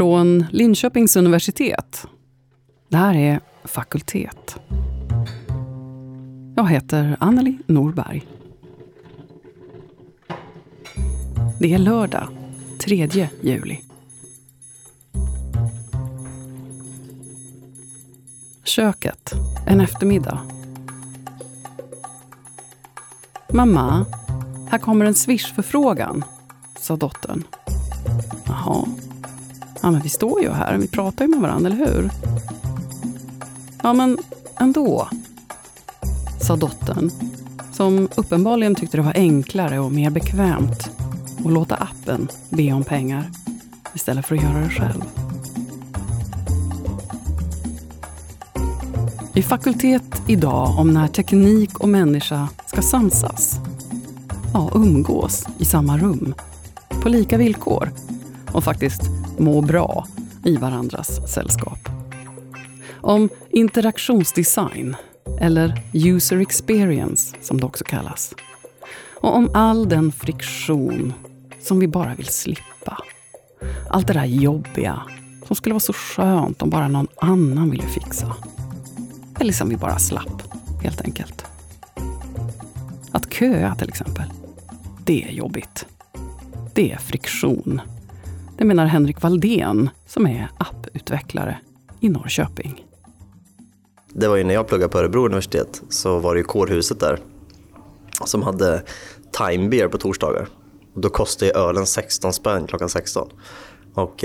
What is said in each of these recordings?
Från Linköpings universitet. Det här är Fakultet. Jag heter Anneli Norberg. Det är lördag, 3 juli. Köket, en eftermiddag. Mamma, här kommer en Swish-förfrågan, sa dottern. Jaha. Ja, men vi står ju här, vi pratar ju med varandra, eller hur? Ja, men ändå, sa dottern, som uppenbarligen tyckte det var enklare och mer bekvämt att låta appen be om pengar istället för att göra det själv. I Fakultet idag om när teknik och människa ska samsas. Ja, umgås i samma rum. På lika villkor. Och faktiskt må bra i varandras sällskap. Om interaktionsdesign, eller user experience som det också kallas. Och om all den friktion som vi bara vill slippa. Allt det där jobbiga som skulle vara så skönt om bara någon annan ville fixa. Eller som vi bara slapp, helt enkelt. Att köa till exempel, det är jobbigt. Det är friktion. Det menar Henrik Valdén som är apputvecklare i Norrköping. Det var ju när jag pluggade på Örebro universitet, så var det ju kårhuset där som hade time beer på torsdagar. Och då kostade ölen 16 spänn klockan 16. Och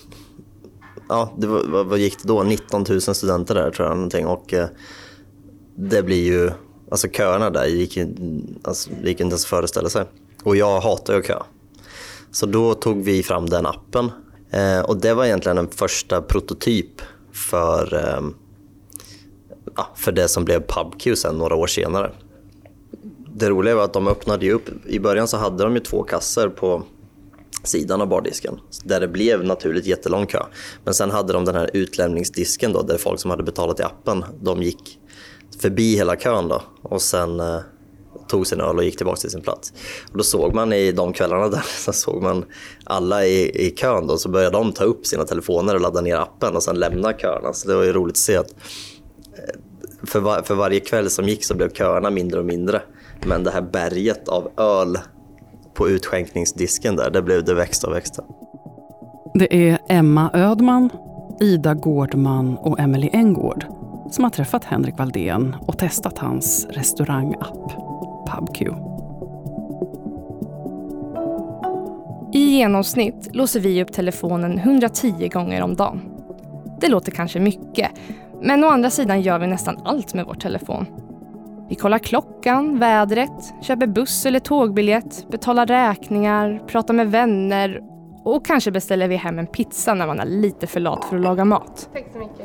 ja, det var, vad gick det då? 19 000 studenter där tror jag någonting. Och det blir ju, alltså köerna där gick inte ens att föreställa sig. Och jag hatar ju att köa. Så då tog vi fram den appen. Och det var egentligen en första prototyp för det som blev PubQ sen några år senare. Det roliga var att de öppnade ju upp. I början så hade de ju 2 kassor på sidan av bardisken. Där det blev naturligt jättelång kö. Men sen hade de den här utlämningsdisken då, där folk som hade betalat i appen, de gick förbi hela kön då. Och sen tog sin öl och gick tillbaka till sin plats. Och då såg man i de kvällarna där, så såg man alla i kön då, så började de ta upp sina telefoner och ladda ner appen och sen lämna köerna. Så det var ju roligt att se att för varje kväll som gick så blev köerna mindre och mindre. Men det här berget av öl på utskänkningsdisken där, det växte och växte. Det är Emma Ödman, Ida Gårdman och Emily Engård som har träffat Henrik Valdén och testat hans restaurangapp PubQ. I genomsnitt låser vi upp telefonen 110 gånger om dagen. Det låter kanske mycket, men å andra sidan gör vi nästan allt med vår telefon. Vi kollar klockan, vädret, köper buss- eller tågbiljett, betalar räkningar, pratar med vänner och kanske beställer vi hem en pizza när man är lite för lat för att laga mat. Tack så mycket.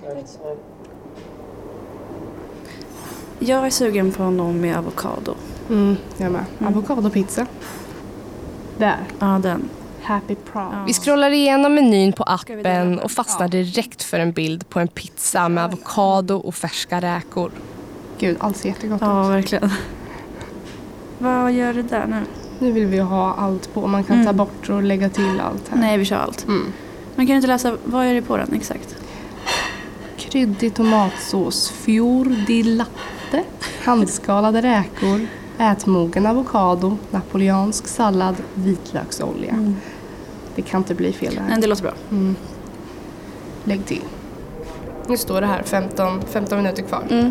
Jag är sugen på någon med avokado. Jag med. Avokadopizza. Där. Ja, den. Happy prom. Vi scrollar igenom menyn på appen och fastnar direkt för en bild på en pizza med avokado och färska räkor. Gud, allt ser jättegott ut. Ja, verkligen. Vad gör det där nu? Nu vill vi ha allt på. Man kan ta bort och lägga till allt här. Nej, vi kör allt. Man kan inte läsa, vad är det på den exakt? Kryddig tomatsås, fior di latte, handskalade räkor, ätmogen avokado, napoleansk sallad, vitlöksolja. Det kan inte bli fel det här. Nej, det låter bra. Lägg till. Nu står det här 15 minuter kvar.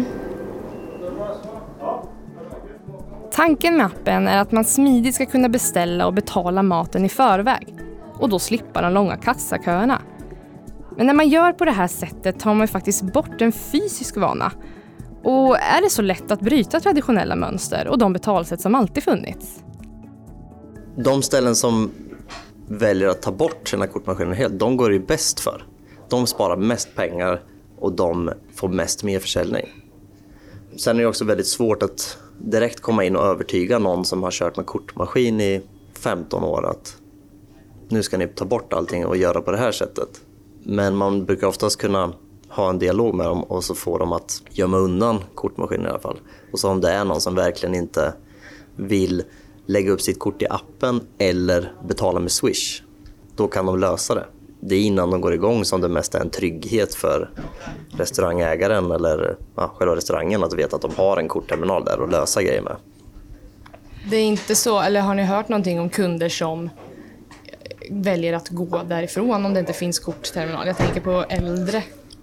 Tanken med appen är att man smidigt ska kunna beställa och betala maten i förväg och då slippa de långa kassaköerna. Men när man gör på det här sättet tar man faktiskt bort en fysisk vana. Och är det så lätt att bryta traditionella mönster och de betalsätt som alltid funnits? De ställen som väljer att ta bort sina kortmaskiner helt, de går ju bäst för. De sparar mest pengar och de får mest merförsäljning. Sen är det också väldigt svårt att direkt komma in och övertyga någon som har kört med kortmaskin i 15 år att nu ska ni ta bort allting och göra på det här sättet. Men man brukar oftast kunna ha en dialog med dem och så får de att gömma undan kortmaskinen i alla fall. Och så om det är någon som verkligen inte vill lägga upp sitt kort i appen eller betala med Swish, då kan de lösa det. det är innan de går igång som det mest är en trygghet för restaurangägaren eller själva restaurangen att veta att de har en kortterminal där och lösa grejer med. Det är inte så, eller har ni hört någonting om kunder som väljer att gå därifrån om det inte finns kortterminal? Jag tänker på äldre.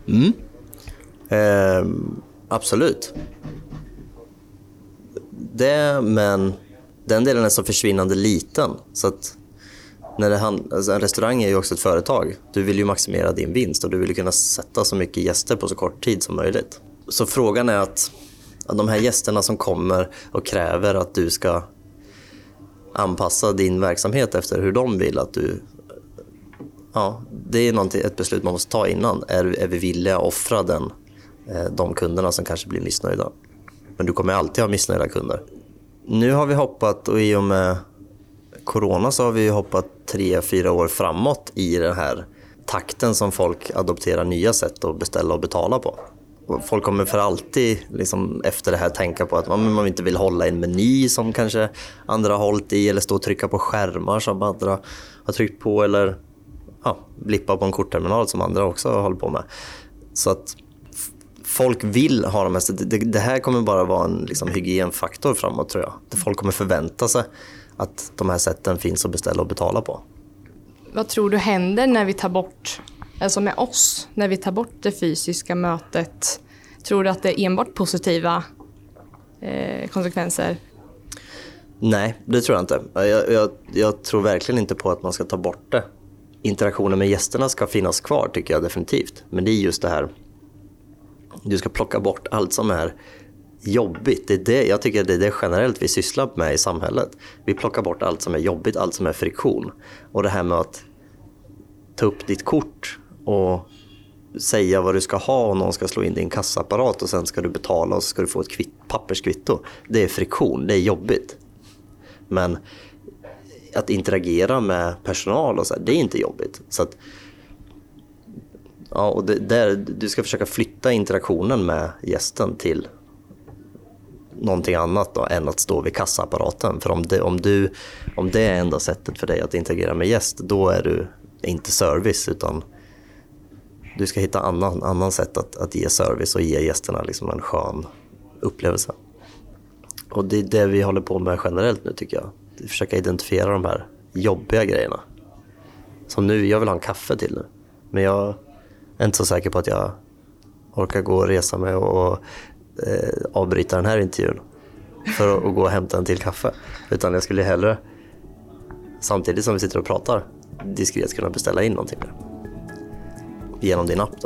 Absolut. Men den delen är så försvinnande liten så att alltså en restaurang är ju också ett företag. Du vill ju maximera din vinst och du vill ju kunna sätta så mycket gäster på så kort tid som möjligt. Så frågan är att de här gästerna som kommer och kräver att du ska anpassa din verksamhet efter hur de vill att du... Ja, det är ett beslut man måste ta innan. Är vi villiga att offra de kunderna som kanske blir missnöjda? Men du kommer alltid ha missnöjda kunder. Nu har vi hoppat, och i och med corona så har vi hoppat 3-4 år framåt i den här takten som folk adopterar nya sätt att beställa och betala på. Och folk kommer för alltid liksom, efter det här tänka på att man inte vill hålla en meny som kanske andra har hållit i eller stå och trycka på skärmar som andra har tryckt på eller blippa på en kortterminal som andra också håller på med. Så att folk vill ha de här. Det här kommer bara vara en liksom, hygienfaktor framåt tror jag. Folk kommer förvänta sig att de här sätten finns att beställa och betala på. Vad tror du händer när vi tar bort, alltså med oss, när vi tar bort det fysiska mötet? Tror du att det är enbart positiva konsekvenser? Nej, det tror jag inte. Jag tror verkligen inte på att man ska ta bort det. Interaktionen med gästerna ska finnas kvar tycker jag definitivt. Men det är just det här, du ska plocka bort allt som är jobbigt. Jag tycker att det är det generellt vi sysslar med i samhället. Vi plockar bort allt som är jobbigt, allt som är friktion. Och det här med att ta upp ditt kort och säga vad du ska ha och någon ska slå in din kassaapparat och sen ska du betala och så ska du få ett papperskvitto. Det är friktion, det är jobbigt. Men att interagera med personal och så här, det är inte jobbigt. Så att och du ska försöka flytta interaktionen med gästen till någonting annat då, än att stå vid kassaapparaten. För om det är enda sättet för dig att interagera med gäst, då är du inte service utan du ska hitta annan sätt att ge service och ge gästerna liksom en skön upplevelse. Och det är det vi håller på med generellt nu tycker jag. Försöka identifiera de här jobbiga grejerna. Som nu, jag vill ha en kaffe till nu. Men jag är inte så säker på att jag orkar gå och resa mig och avbryta den här intervjun för att gå och hämta en till kaffe. Utan jag skulle hellre, samtidigt som vi sitter och pratar, diskret kunna beställa in någonting där. Genom din app då.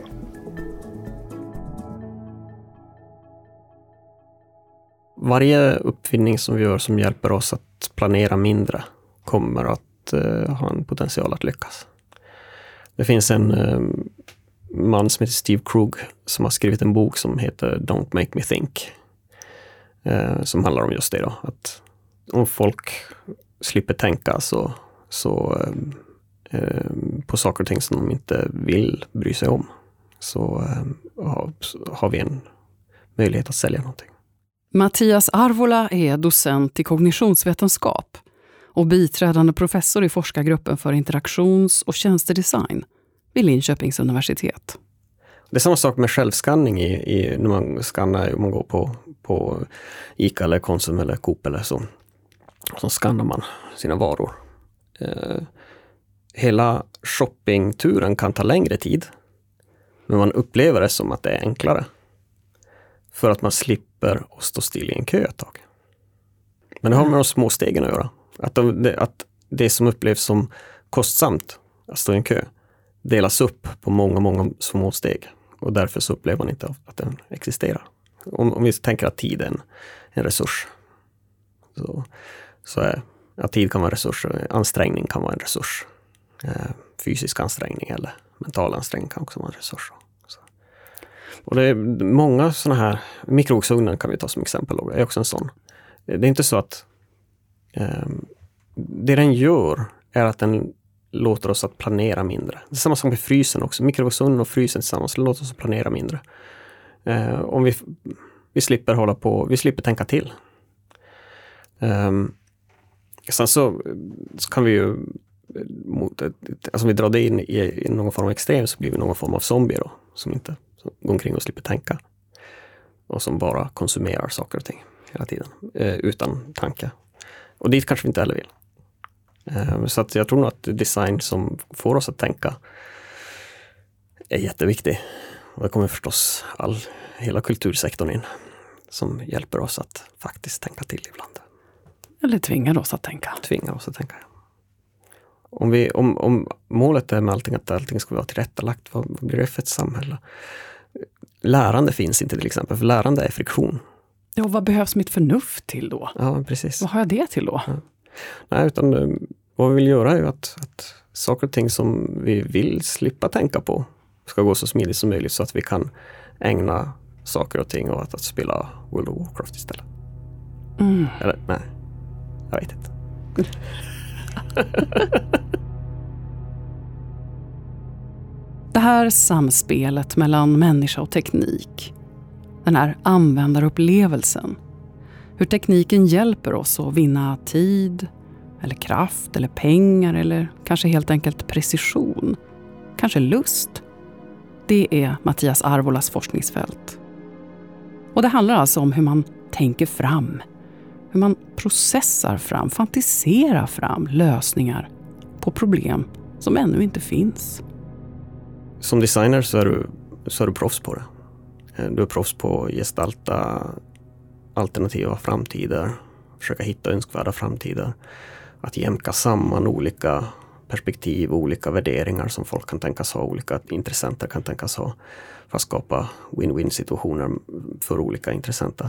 Varje uppfinning som vi gör som hjälper oss att planera mindre kommer att ha en potential att lyckas. Det finns en man som heter Steve Krug som har skrivit en bok som heter Don't Make Me Think. Som handlar om just det då. Att om folk slipper tänka så på saker och ting som de inte vill bry sig om så har vi en möjlighet att sälja någonting. Mattias Arvola är docent i kognitionsvetenskap och biträdande professor i forskargruppen för interaktions- och tjänstedesign vid Linköpings universitet. Det är samma sak med självskanning när man skannar, om man går på ICA eller Konsum eller Coop eller så skannar man sina varor. Hela shoppingturen kan ta längre tid, men man upplever det som att det är enklare. För att man slipper att stå still i en kö ett tag. Men det har med de små stegen att göra. Att det som upplevs som kostsamt att stå i en kö delas upp på många små steg. Och därför så upplever man inte att den existerar. Om vi tänker att tid är en resurs. Så är tid kan vara en resurs. Ansträngning kan vara en resurs. Fysisk ansträngning eller mental ansträngning kan också vara en resurs. Och det är många sådana här, mikrovågsugnen kan vi ta som exempel, är också en sån. Det är inte så att det den gör är att den låter oss att planera mindre. Det är samma som med frysen också. Mikrovågsugnen och frysen tillsammans låter oss att planera mindre. Om vi slipper hålla på, vi slipper tänka till. Sen så kan vi ju alltså vi drar det in i någon form av extrem, så blir vi någon form av zombie då, som går omkring och slipper tänka. Och som bara konsumerar saker och ting hela tiden, utan tanke. Och dit kanske vi inte heller vill. Så att jag tror nog att design som får oss att tänka är jätteviktig. Och det kommer förstås hela kultursektorn in, som hjälper oss att faktiskt tänka till ibland. Eller tvingar oss att tänka. Om målet är med allting att allting ska vara tillrättalagt, vad blir det för ett samhälle? Lärande finns inte till exempel, för lärande är friktion. Ja, vad behövs mitt förnuft till då? Ja, precis. Vad har jag det till då? Ja. Nej, utan vad vi vill göra är ju att saker och ting som vi vill slippa tänka på ska gå så smidigt som möjligt, så att vi kan ägna saker och ting åt att spela World of Warcraft istället. Eller, nej. Jag vet inte. Det här samspelet mellan människa och teknik, den här användarupplevelsen, hur tekniken hjälper oss att vinna tid eller kraft eller pengar eller kanske helt enkelt precision, kanske lust. Det är Mattias Arvolas forskningsfält. Och det handlar alltså om hur man tänker fram, hur man processar fram, fantiserar fram lösningar på problem som ännu inte finns. Som designer så är du proffs på det. Du är proffs på att gestalta alternativa framtider, försöka hitta önskvärda framtider, att jämka samman olika perspektiv, olika värderingar som folk kan tänkas ha, olika intressenter kan tänkas ha, för att skapa win-win situationer för olika intressenter.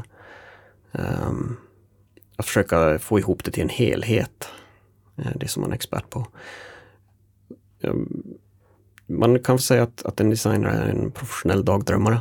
Att försöka få ihop det till en helhet, det som man är expert på. Man kan säga att en designer är en professionell dagdrömmare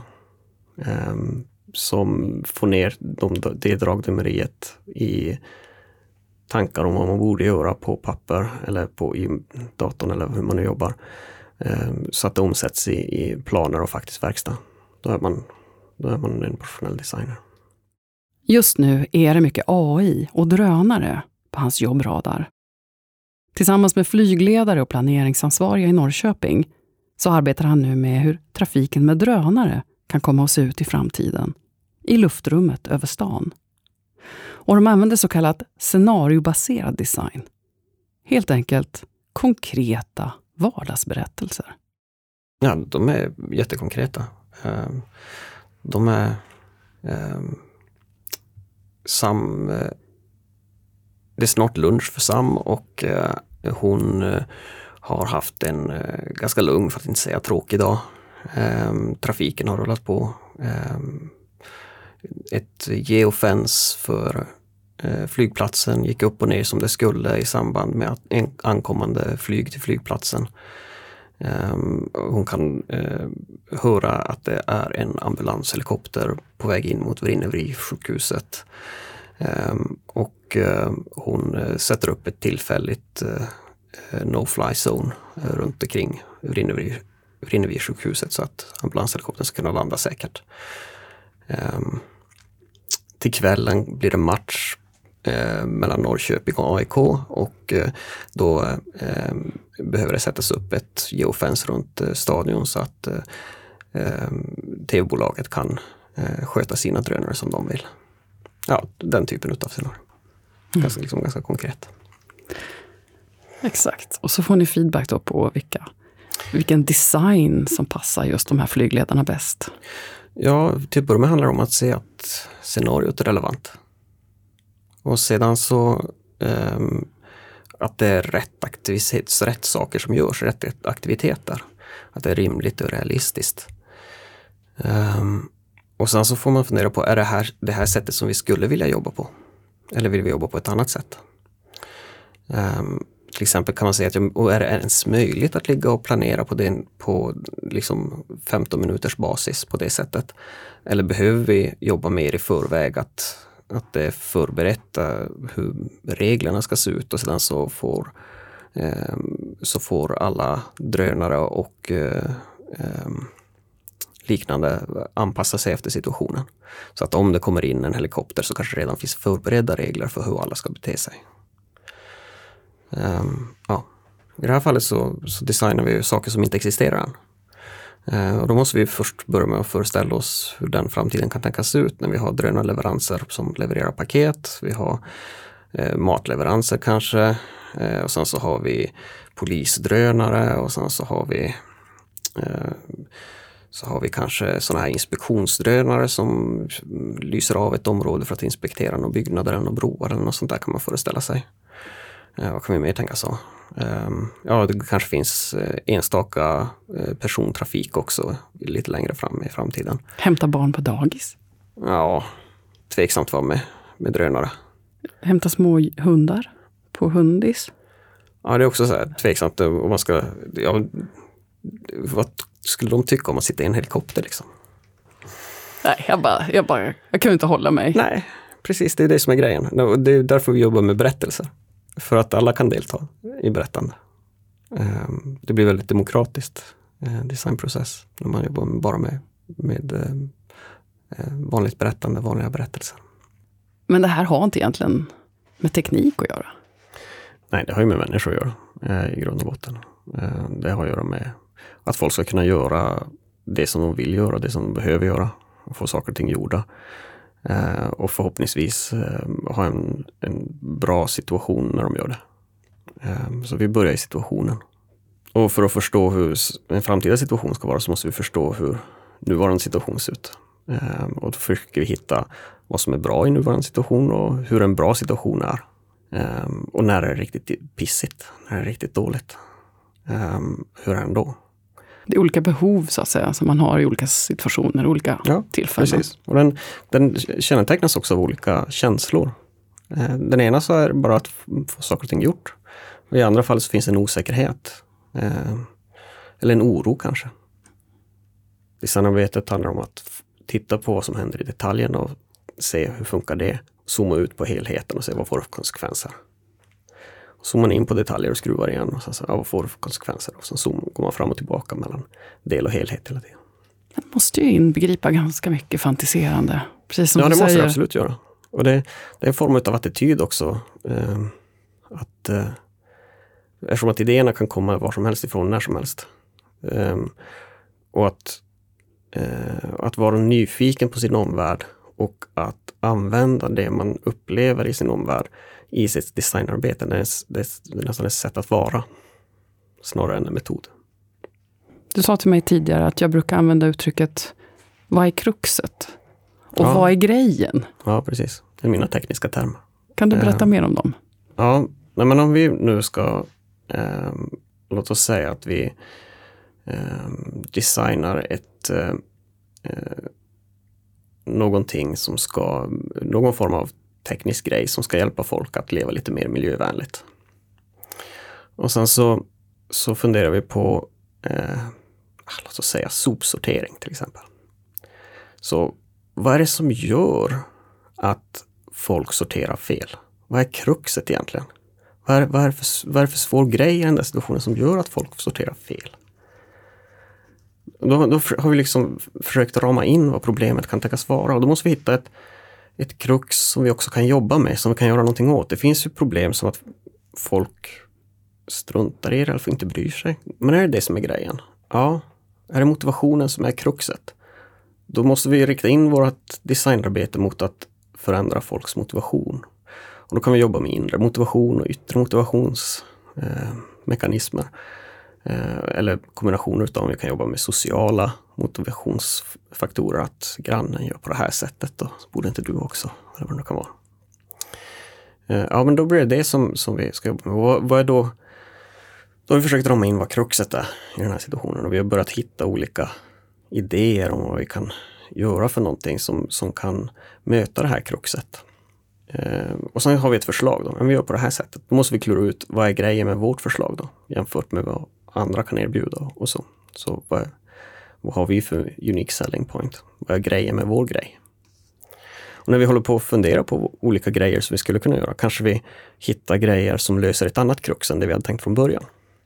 som får ner det dragdrömmeriet i tankar om vad man borde göra på papper eller i datorn eller hur man nu jobbar, så att det omsätts i planer och faktiskt verkstad. Då är man en professionell designer. Just nu är det mycket AI och drönare på hans jobbradar. Tillsammans med flygledare och planeringsansvariga i Norrköping så arbetar han nu med hur trafiken med drönare kan komma att se ut i framtiden, i luftrummet över stan. Och de använder så kallad scenariobaserad design. Helt enkelt konkreta vardagsberättelser. Ja, de är jättekonkreta. De är det är snart lunch för Sam, och hon har haft en ganska lugn, för att inte säga tråkig dag. Trafiken har rullat på. Ett geofence för flygplatsen gick upp och ner som det skulle i samband med en ankommande flyg till flygplatsen. Hon kan höra att det är en ambulanshelikopter på väg in mot Vrinnevi-sjukhuset. Och hon sätter upp ett tillfälligt no-fly zone runt omkring Vrinnevi-sjukhuset så att ambulanshelikoptern ska kunna landa säkert. Till kvällen blir det match mellan Norrköping och AIK, och då behöver det sättas upp ett geofence runt stadion så att tv-bolaget kan sköta sina drönare som de vill. Ja, den typen av scenario. Ganska konkret. Exakt. Och så får ni feedback då på vilken design som passar just de här flygledarna bäst. Ja, till att börja med handlar det om att se att scenariot är relevant. Och sedan så att det är rätt saker som görs, rätt aktiviteter. Att det är rimligt och realistiskt. Och sen så får man fundera på, är det här sättet som vi skulle vilja jobba på? Eller vill vi jobba på ett annat sätt? Till exempel kan man säga att är det ens möjligt att ligga och planera på liksom 15 minuters basis på det sättet? Eller behöver vi jobba mer i förväg att det är förberett hur reglerna ska se ut, och sedan så får alla drönare och liknande anpassa sig efter situationen. Så att om det kommer in en helikopter så kanske redan finns förberedda regler för hur alla ska bete sig. Ja. I det här fallet så designar vi saker som inte existerar än. Och då måste vi först börja med att föreställa oss hur den framtiden kan tänkas ut när vi har drönarleveranser som levererar paket. Vi har matleveranser kanske. Och sen så har vi polisdrönare och sen så har vi kanske sådana här inspektionsdrönare som lyser av ett område för att inspektera några byggnader eller några broar eller något sånt där kan man föreställa sig. Vad kan vi mer tänka så? Ja, det kanske finns enstaka persontrafik också lite längre fram i framtiden. Hämta barn på dagis? Ja, tveksamt vad med drönare. Hämta små hundar på hundis? Ja, det är också så här tveksamt om man ska... Ja, vad skulle de tycka om att sitta i en helikopter liksom? Nej, jag kan inte hålla mig. Nej, precis, det är det som är grejen. Det är därför vi jobbar med berättelser. För att alla kan delta i berättande. Det blir väldigt demokratiskt designprocess när man jobbar bara med vanligt berättande, vanliga berättelser. Men det här har inte egentligen med teknik att göra? Nej, det har ju med människor att göra i grund och botten. Det har att göra med att folk ska kunna göra det som de vill göra, det som de behöver göra och få saker och ting gjorda. Och förhoppningsvis ha en bra situation när de gör det. Så vi börjar i situationen. Och för att förstå hur en framtida situation ska vara så måste vi förstå hur nuvarande situation ser ut. Och då försöker vi hitta vad som är bra i nuvarande situation och hur en bra situation är. Och när det är riktigt pissigt, när det är riktigt dåligt. Hur är den då? Det är olika behov så att säga som man har i olika situationer, olika tillfällen. Precis. Och den kännetecknas också av olika känslor. Den ena så är bara att få saker och ting gjort. Och i andra fall så finns en osäkerhet. Eller en oro kanske. Designarbetet handlar om att titta på vad som händer i detaljen och se hur funkar det. Zooma ut på helheten och se vad får det för konsekvenser. Zoomar in på detaljer och skruvar igen och sen så, vad får det för konsekvenser? Och sen går man fram och tillbaka mellan del och helhet hela tiden. Det måste ju inbegripa ganska mycket fantiserande. Precis som ja, du det säger. måste det absolut göra. Och det är en form av attityd också. Eftersom att idéerna kan komma var som helst ifrån, när som helst. Och att vara nyfiken på sin omvärld och att använda det man upplever i sin omvärld i sitt designarbete. Det är nästan ett sätt att vara snarare än en metod. Du sa till mig tidigare att jag brukar använda uttrycket vad är kruxet? Och vad är grejen? Ja, precis. Det är mina tekniska termer. Kan du berätta mer om dem? Ja, men om vi nu ska låt oss säga att vi designar någonting som ska, någon form av teknisk grej som ska hjälpa folk att leva lite mer miljövänligt. Och sen så funderar vi på låt oss säga sopsortering till exempel. Så vad är det som gör att folk sorterar fel? Vad är kruxet egentligen? Vad är det för svår grej i den där situationen som gör att folk sorterar fel? Då har vi liksom försökt rama in vad problemet kan tänkas vara. Och då måste vi hitta ett krux som vi också kan jobba med, som vi kan göra någonting åt. Det finns ju problem som att folk struntar i det eller inte bryr sig. Men är det som är grejen? Ja, är det motivationen som är kruxet? Då måste vi rikta in vårt designarbete mot att förändra folks motivation. Och då kan vi jobba med inre motivation och yttre motivationsmekanismer. Eller kombinationer av dem. Vi kan jobba med sociala motivationsfaktorer. Att grannen gör på det här sättet och så borde inte du också. Eller vad det kan vara. Ja, men då blir det som vi ska jobba med. Vad är då? Då har vi försökt rama in vad kruxet är i den här situationen. Och vi har börjat hitta olika idéer om vad vi kan göra för någonting som kan möta det här kruxet. Och sen har vi ett förslag då. Men vi gör på det här sättet. Då måste vi klura ut vad är grejen med vårt förslag då. Jämfört med vad andra kan erbjuda och så. Så vad har vi för unique selling point? Vad är grejen med vår grej? Och när vi håller på att fundera på olika grejer som vi skulle kunna göra. Kanske vi hittar grejer som löser ett annat krux än det vi hade tänkt från början.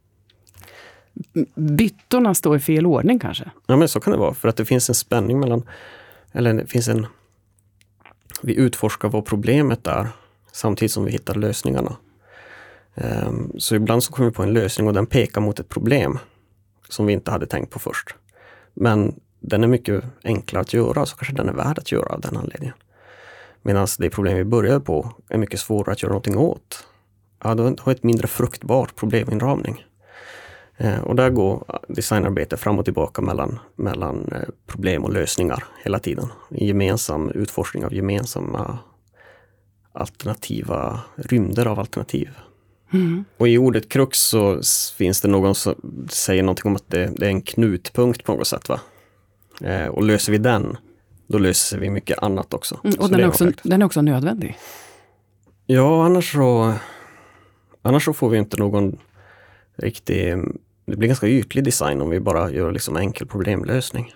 Byttorna står i fel ordning kanske? Ja, men så kan det vara. För att det finns en spänning mellan... Eller det finns vi utforskar vad problemet är samtidigt som vi hittar lösningarna. Så ibland så kommer vi på en lösning och den pekar mot ett problem som vi inte hade tänkt på först. Men den är mycket enklare att göra, så kanske den är värd att göra av den anledningen. Medan det problem vi började på är mycket svårare att göra någonting åt. Ja, då har ett mindre fruktbart probleminramning. Och där går designarbete fram och tillbaka mellan problem och lösningar hela tiden. En gemensam utforskning av gemensamma alternativa rymder av alternativ. Mm. Och i ordet krux så finns det någon som säger någonting om att det är en knutpunkt på något sätt, va? Och löser vi den, då löser vi mycket annat också. Och den är också nödvändig. Ja, annars så får vi inte någon riktig... Det blir ganska ytlig design om vi bara gör liksom enkel problemlösning.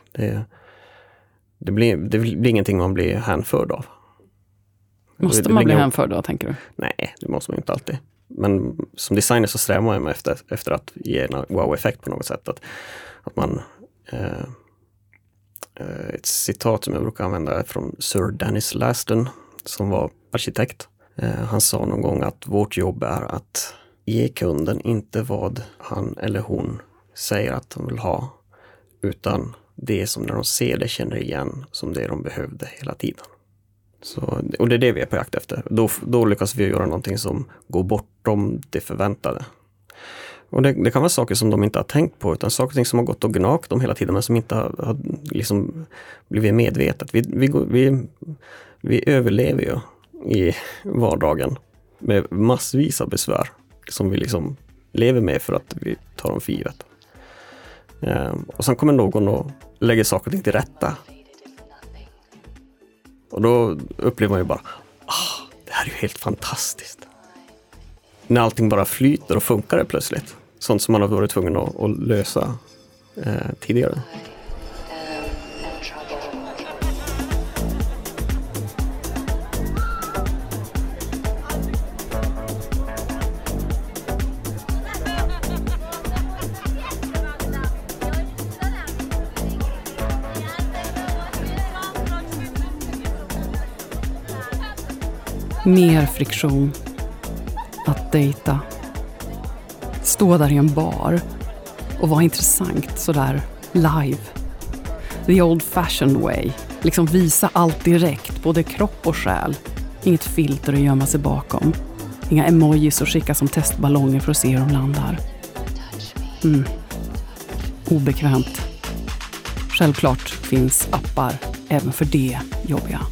Det blir ingenting man blir hänförd av. Måste man bli hänförd då, tänker du? Nej, det måste man inte alltid. Men som designer så strävar man efter att ge en wow-effekt på något sätt. Att man... ett citat som jag brukar använda är från Sir Dennis Laston, som var arkitekt. Han sa någon gång att vårt jobb är att ge kunden inte vad han eller hon säger att de vill ha, utan det som när de ser det känner igen som det de behövde hela tiden. Och det är det vi är på jakt efter. Då lyckas vi göra någonting som går bortom det förväntade. Och det kan vara saker som de inte har tänkt på, utan saker och ting som har gått och gnagt dem hela tiden men som inte har liksom blivit medvetet. Vi överlever ju i vardagen med massvis av besvär som vi liksom lever med för att vi tar dem för givet. Och sen kommer någon och lägger saker och ting till rätta. Och då upplever man ju bara, det här är ju helt fantastiskt. När allting bara flyter och funkar det plötsligt. Sånt som man har varit tvungen att lösa tidigare. Mer friktion. Att dejta. Stå där i en bar och vara intressant sådär live. The old fashioned way. Liksom visa allt direkt, både kropp och själ. Inget filter att gömma sig bakom. Inga emojis att skicka som testballonger för att se hur de landar. Obekvämt. Självklart finns appar även för det jobbiga.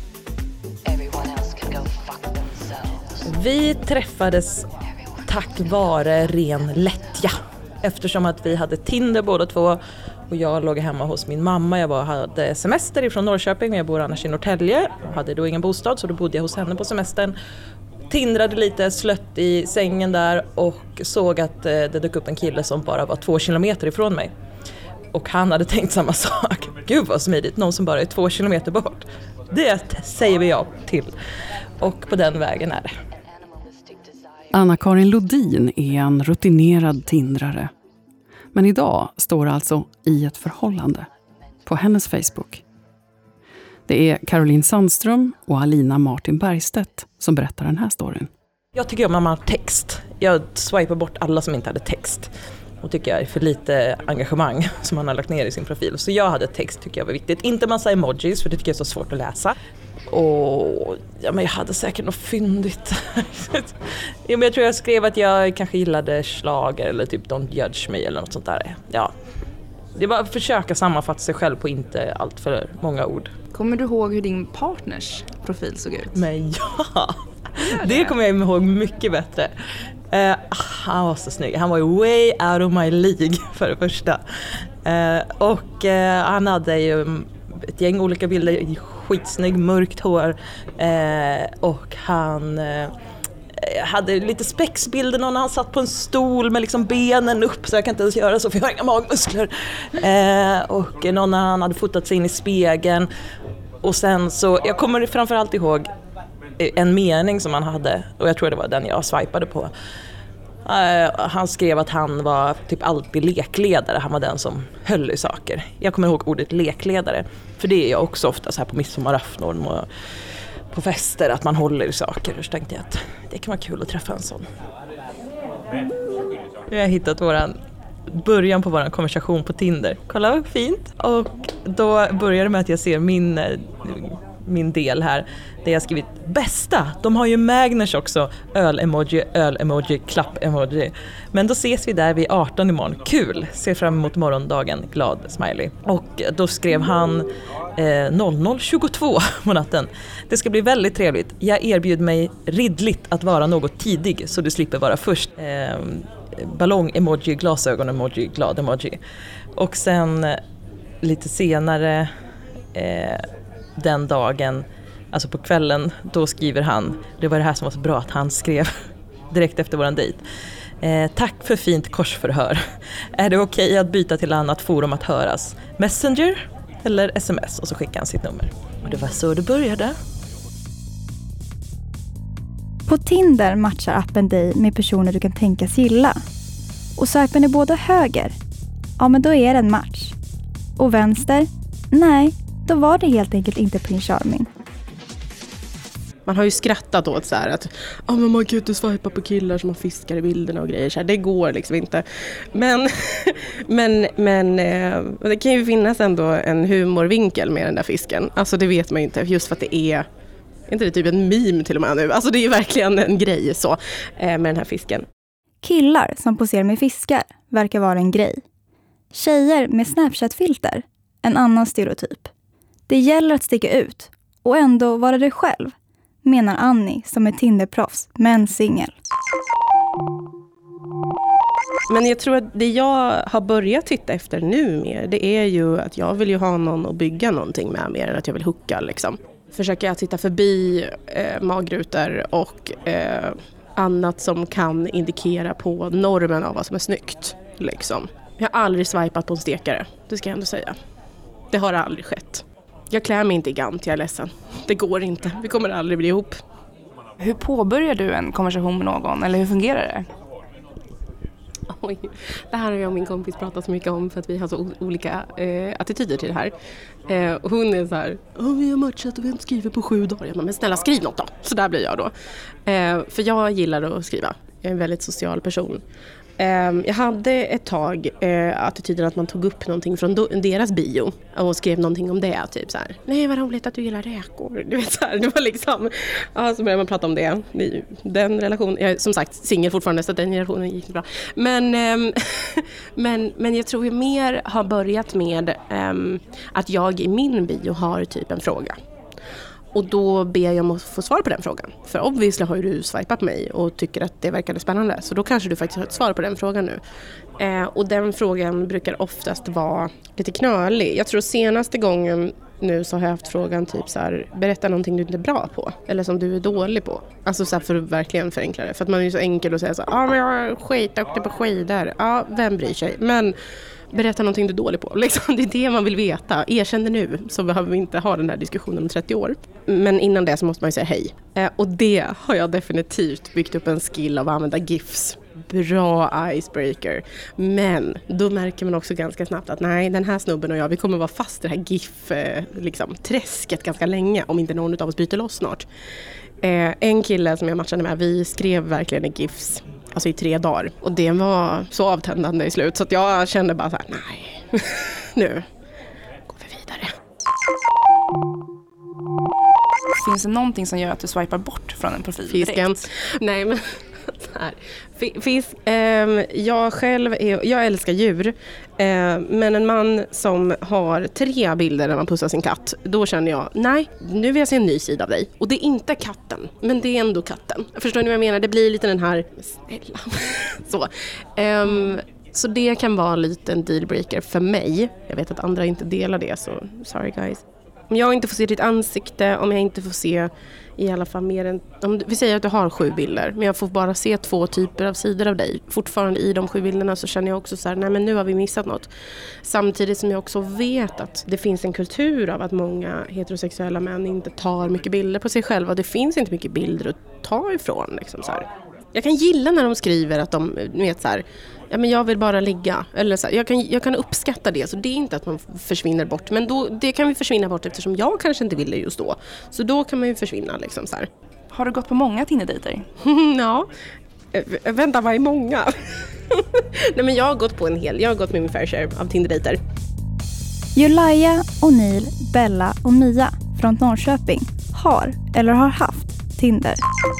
Vi träffades tack vare ren lättja. Eftersom att vi hade Tinder båda två och jag låg hemma hos min mamma. Jag hade semester ifrån Norrköping, men jag bor annars i Norrtälje. Jag hade då ingen bostad, så då bodde jag hos henne på semestern. Tindrade lite, slött i sängen där och såg att det dök upp en kille som bara var 2 kilometer ifrån mig. Och han hade tänkt samma sak. Gud vad smidigt, någon som bara är 2 kilometer bort. Det säger vi ja till. Och på den vägen är det. Anna-Karin Lodin är en rutinerad tindrare. Men idag står alltså i ett förhållande på hennes Facebook. Det är Caroline Sandström och Alina Martin Bergstedt som berättar den här storyn. Jag tycker om när man har text. Jag swipar bort alla som inte hade text. Och tycker jag är för lite engagemang som man har lagt ner i sin profil. Så jag hade text, tycker jag var viktigt. Inte massa emojis, för det tycker jag är så svårt att läsa. Och ja, men jag hade säkert något fyndigt. Ja, men jag tror jag skrev att jag kanske gillade schlager eller typ Don't Judge Me eller något sånt där. Ja. Det var att försöka sammanfatta sig själv på inte allt för många ord. Kommer du ihåg hur din partners profil såg ut? Men ja, det kommer jag ihåg mycket bättre. Han var så snygg. Han var ju way out of my League för det första. Och han hade ju ett gäng olika bilder. Skitsnygg, mörkt hår. Och han hade lite spexbilder när han satt på en stol med liksom benen upp, så jag kan inte ens göra så för jag har inga magmuskler. Och någon när han hade fotat sig in i spegeln. Och sen så, jag kommer framförallt ihåg en mening som han hade, och jag tror det var den jag swipade på. Han skrev att han var typ alltid lekledare. Han var den som höll i saker. Jag kommer ihåg ordet lekledare, för det är jag också ofta så här på midsommarafton och på fester, att man håller i saker. Och så tänkte jag att det kan vara kul att träffa en sån. Vi har hittat början på vår konversation på Tinder. Kolla vad fint. Och då börjar det med att jag ser min del här. Där jag skrivit bästa. De har ju Magners också. Öl-emoji, klapp-emoji. Men då ses vi där vid 18 imorgon. Kul. Ser fram emot morgondagen. Glad smiley. Och då skrev han 00:22 på natten. Det ska bli väldigt trevligt. Jag erbjuder mig ridligt att vara något tidig så du slipper vara först. Ballong-emoji, glasögon-emoji, glad-emoji. Och sen lite senare den dagen, alltså på kvällen, då skriver han, det var det här som var så bra att han skrev direkt efter våran dejt. Tack för fint korsförhör. Är det okej att byta till annat forum att höras? Messenger eller sms? Och så skickar han sitt nummer. Och det var så det började. På Tinder matchar appen dig med personer du kan tänkas gilla. Och swipen är båda höger. Ja, men då är det en match. Och vänster? Nej, då var det helt enkelt inte Prince Charming. Man har ju skrattat åt så här att men man kan ju inte swipa på killar som man fiskar i bilderna och grejer. Så här, det går liksom inte. Men det kan ju finnas ändå en humorvinkel med den där fisken. Alltså det vet man ju inte, just för att det är inte det typ en meme till och med nu. Alltså det är ju verkligen en grej så med den här fisken. Killar som poserar med fiskar verkar vara en grej. Tjejer med Snapchat-filter, en annan stereotyp. Det gäller att sticka ut och ändå vara det själv, menar Annie som är Tinderproffs men singel. Men jag tror att det jag har börjat titta efter nu mer, det är ju att jag vill ju ha någon att bygga någonting med mer än att jag vill hooka liksom. Försöka titta förbi magrutor och annat som kan indikera på normen av vad som är snyggt liksom. Jag har aldrig swipat på en stekare, det ska jag ändå säga. Det har aldrig skett. Jag klär mig inte i gant, jag är ledsen. Det går inte, vi kommer aldrig bli ihop. Hur påbörjar du en konversation med någon, eller hur fungerar det? Oj, det här har jag och min kompis pratat så mycket om för att vi har så olika attityder till det här. Hon är så här, vi har matchat och vi har inte skrivit på 7 dagar. Men snälla, skriv något då. Så där blir jag då. För jag gillar att skriva. Jag är en väldigt social person. Jag hade ett tag attityden att man tog upp någonting från deras bio och skrev någonting om det, typ så här: nej vad roligt att du gillar räkor, du vet så här, det var liksom, ja, så började man prata om det. Den relationen, jag är som sagt singel fortfarande så den relationen gick bra. Men jag tror jag mer har börjat med att jag i min bio har typ en fråga. Och då ber jag om att få svar på den frågan. För obviously har ju du swipat på mig och tycker att det verkade spännande. Så då kanske du faktiskt har ett svar på den frågan nu. Och den frågan brukar oftast vara lite knölig. Jag tror senaste gången nu så har jag haft frågan typ så här: berätta någonting du inte är bra på. Eller som du är dålig på. Alltså så här, för att verkligen förenkla det. För att man är ju så enkel att säga så här: men jag åkte på skidor. Ja, vem bryr sig? Men berätta någonting du är dålig på. Liksom, det är det man vill veta. Erkänn det nu, så behöver vi inte ha den här diskussionen om 30 år. Men innan det så måste man ju säga hej. Och det har jag definitivt byggt upp en skill av att använda GIFs. Bra icebreaker. Men då märker man också ganska snabbt att nej, den här snubben och jag, vi kommer vara fast i det här GIF-träsket ganska länge. Om inte någon av oss byter loss snart. En kille som jag matchade med, vi skrev verkligen i GIFs. Alltså i 3 dagar. Och det var så avtändande i slut. Så att jag kände bara så här: nej, nu går vi vidare. Finns det någonting som gör att du swipar bort från en profil direkt? Fisken. Nej, men så här. Fisk. Jag älskar djur. Men en man som har 3 bilder när man pussar sin katt, då känner jag, nej, nu vill jag se en ny sida av dig. Och det är inte katten, men det är ändå katten. Förstår ni vad jag menar? Det blir lite den här, snälla. Så. Så det kan vara lite en dealbreaker för mig. Jag vet att andra inte delar det, så sorry guys. Om jag inte får se ditt ansikte, om jag inte får se i alla fall mer än, om vi säger att du har 7 bilder, men jag får bara se 2 typer av sidor av dig. Fortfarande i de 7 bilderna så känner jag också så här: nej, men nu har vi missat något. Samtidigt som jag också vet att det finns en kultur av att många heterosexuella män inte tar mycket bilder på sig själva. Det finns inte mycket bilder att ta ifrån liksom så här. Jag kan gilla när de skriver att de vet så här: ja, men jag vill bara ligga. Eller så här, jag kan uppskatta det. Så det är inte att man försvinner bort. Men det kan vi försvinna bort eftersom jag kanske inte ville just då. Så då kan man ju försvinna liksom så här. Har du gått på många Tinder-dejter? Ja. Vänta, vad är många? Nej, men jag har gått med min fair share av Tinder-dejter. Julija, O'Neill, Bella och Mia från Norrköping har eller har haft Tinder.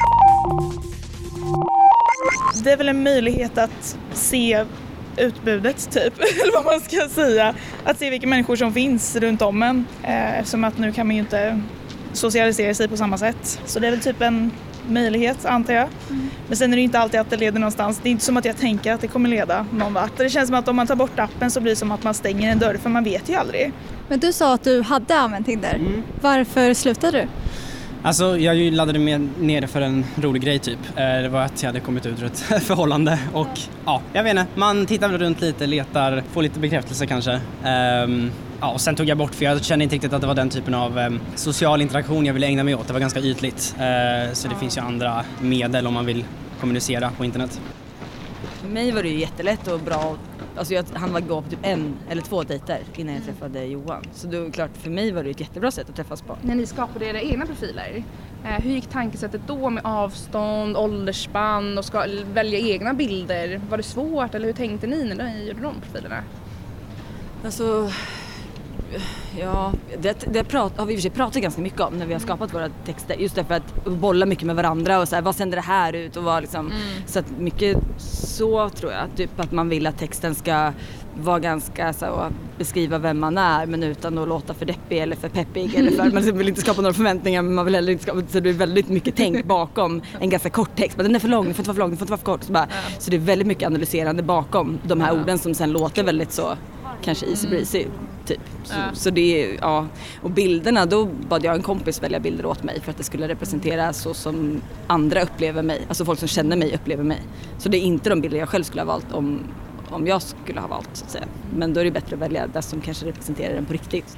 Det är väl en möjlighet att se utbudet typ, eller vad man ska säga. Att se vilka människor som finns runt om en. Eftersom att nu kan man ju inte socialisera sig på samma sätt. Så det är väl typ en möjlighet, antar jag. Men sen är det inte alltid att det leder någonstans. Det är inte som att jag tänker att det kommer leda någon vart. Det känns som att om man tar bort appen så blir det som att man stänger en dörr, för man vet ju aldrig. Men du sa att du hade använt Tinder. Varför slutade du? Alltså jag laddade ner det för en rolig grej typ. Det var att jag hade kommit ut ur ett förhållande och ja, jag vet inte. Man tittar runt lite, letar, får lite bekräftelse kanske. Ja, och sen tog jag bort för jag kände inte riktigt att det var den typen av social interaktion jag ville ägna mig åt. Det var ganska ytligt. Så det finns ju andra medel om man vill kommunicera på internet. För mig var det ju jättelätt och bra. Alltså jag hann gå på typ 1 eller 2 dejter innan jag träffade Johan. Så det var klart, för mig var det ett jättebra sätt att träffas på. När ni skapade era egna profiler, hur gick tankesättet då med avstånd, åldersspann och välja egna bilder? Var det svårt eller hur tänkte ni när ni gjorde de profilerna? Alltså, ja, det har vi i och för sig pratat ganska mycket om när vi har skapat våra texter. Just därför att bolla mycket med varandra och så här, vad sänder det här ut och vad liksom. Så att mycket så tror jag, typ att man vill att texten ska vara ganska så, beskriva vem man är men utan att låta för deppig eller för peppig eller för man vill inte skapa några förväntningar men man vill heller inte skapa, så det är väldigt mycket tänk bakom en ganska kort text. Men den är för lång, den får inte vara för lång, den får inte vara för kort. Så det är väldigt mycket analyserande bakom de här orden som sen låter väldigt så kanske easy breezy typ. Så det är, ja. Och bilderna, då bad jag en kompis välja bilder åt mig för att det skulle representera så som andra upplever mig. Alltså folk som känner mig upplever mig. Så det är inte de bilder jag själv skulle ha valt om jag skulle ha valt så att säga. Men då är det bättre att välja det som kanske representerar den på riktigt.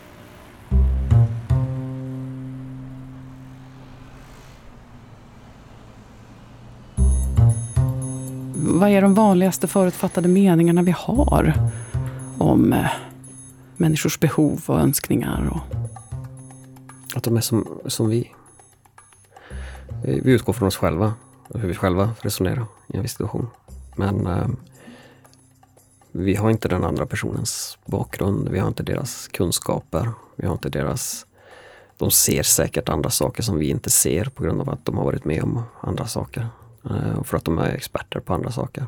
Vad är de vanligaste förutfattade meningarna vi har om människors behov och önskningar? Och... Att de är som vi. Vi utgår från oss själva och hur vi själva resonerar i en viss situation. Men vi har inte den andra personens bakgrund, vi har inte deras kunskaper, vi har inte deras... De ser säkert andra saker som vi inte ser på grund av att de har varit med om andra saker. Och för att de är experter på andra saker.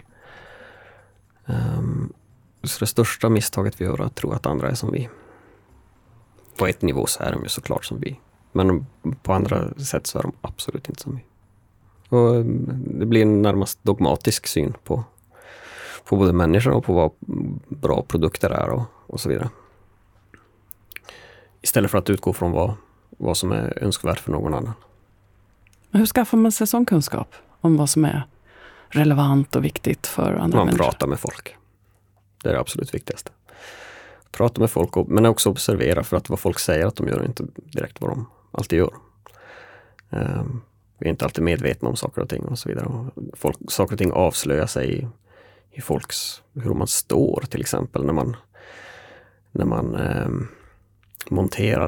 Så det största misstaget vi gör är att tro att andra är som vi. På ett nivå så är de ju såklart som vi. Men på andra sätt så är de absolut inte som vi. Och det blir en närmast dogmatisk syn på både människor och på vad bra produkter är och så vidare. Istället för att utgå från vad som är önskvärt för någon annan. Hur skaffar man sig sån kunskap om vad som är relevant och viktigt för andra människor? Man pratar med folk. Det är det absolut viktigaste. Prata med folk, men också observera, för att vad folk säger att de gör är inte direkt vad de alltid gör. Vi är inte alltid medvetna om saker och ting och så vidare. Saker och ting avslöjar sig i folks, hur man står till exempel när man monterar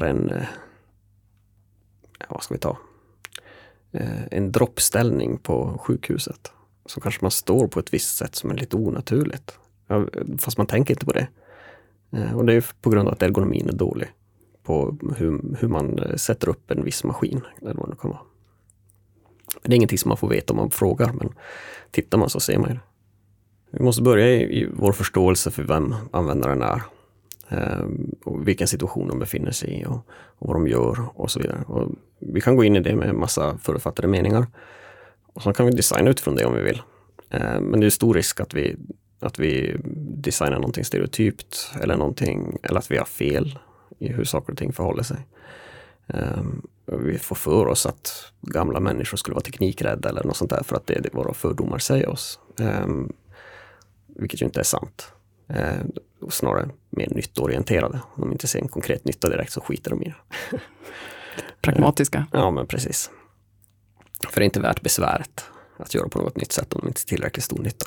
en droppställning på sjukhuset. Så kanske man står på ett visst sätt som är lite onaturligt. Fast man tänker inte på det. Och det är på grund av att ergonomin är dålig på hur man sätter upp en viss maskin eller vad det kan vara. Det är ingenting som man får veta om man frågar, men tittar man så ser man ju det. Vi måste börja i vår förståelse för vem användaren är. Och vilken situation de befinner sig i och vad de gör och så vidare. Och vi kan gå in i det med en massa förutfattade meningar. Och så kan vi designa utifrån det om vi vill. Men det är stor risk att vi designar någonting stereotypt eller att vi har fel i hur saker och ting förhåller sig. Vi får för oss att gamla människor skulle vara teknikrädda eller något sånt där för att det är våra fördomar säger oss. Vilket ju inte är sant. Snarare mer nyttoorienterade. Om de inte ser en konkret nytta direkt så skiter de i det. Pragmatiska. Ja, men precis. För det är inte värt besväret att göra på något nytt sätt om de inte är tillräckligt stor nytta.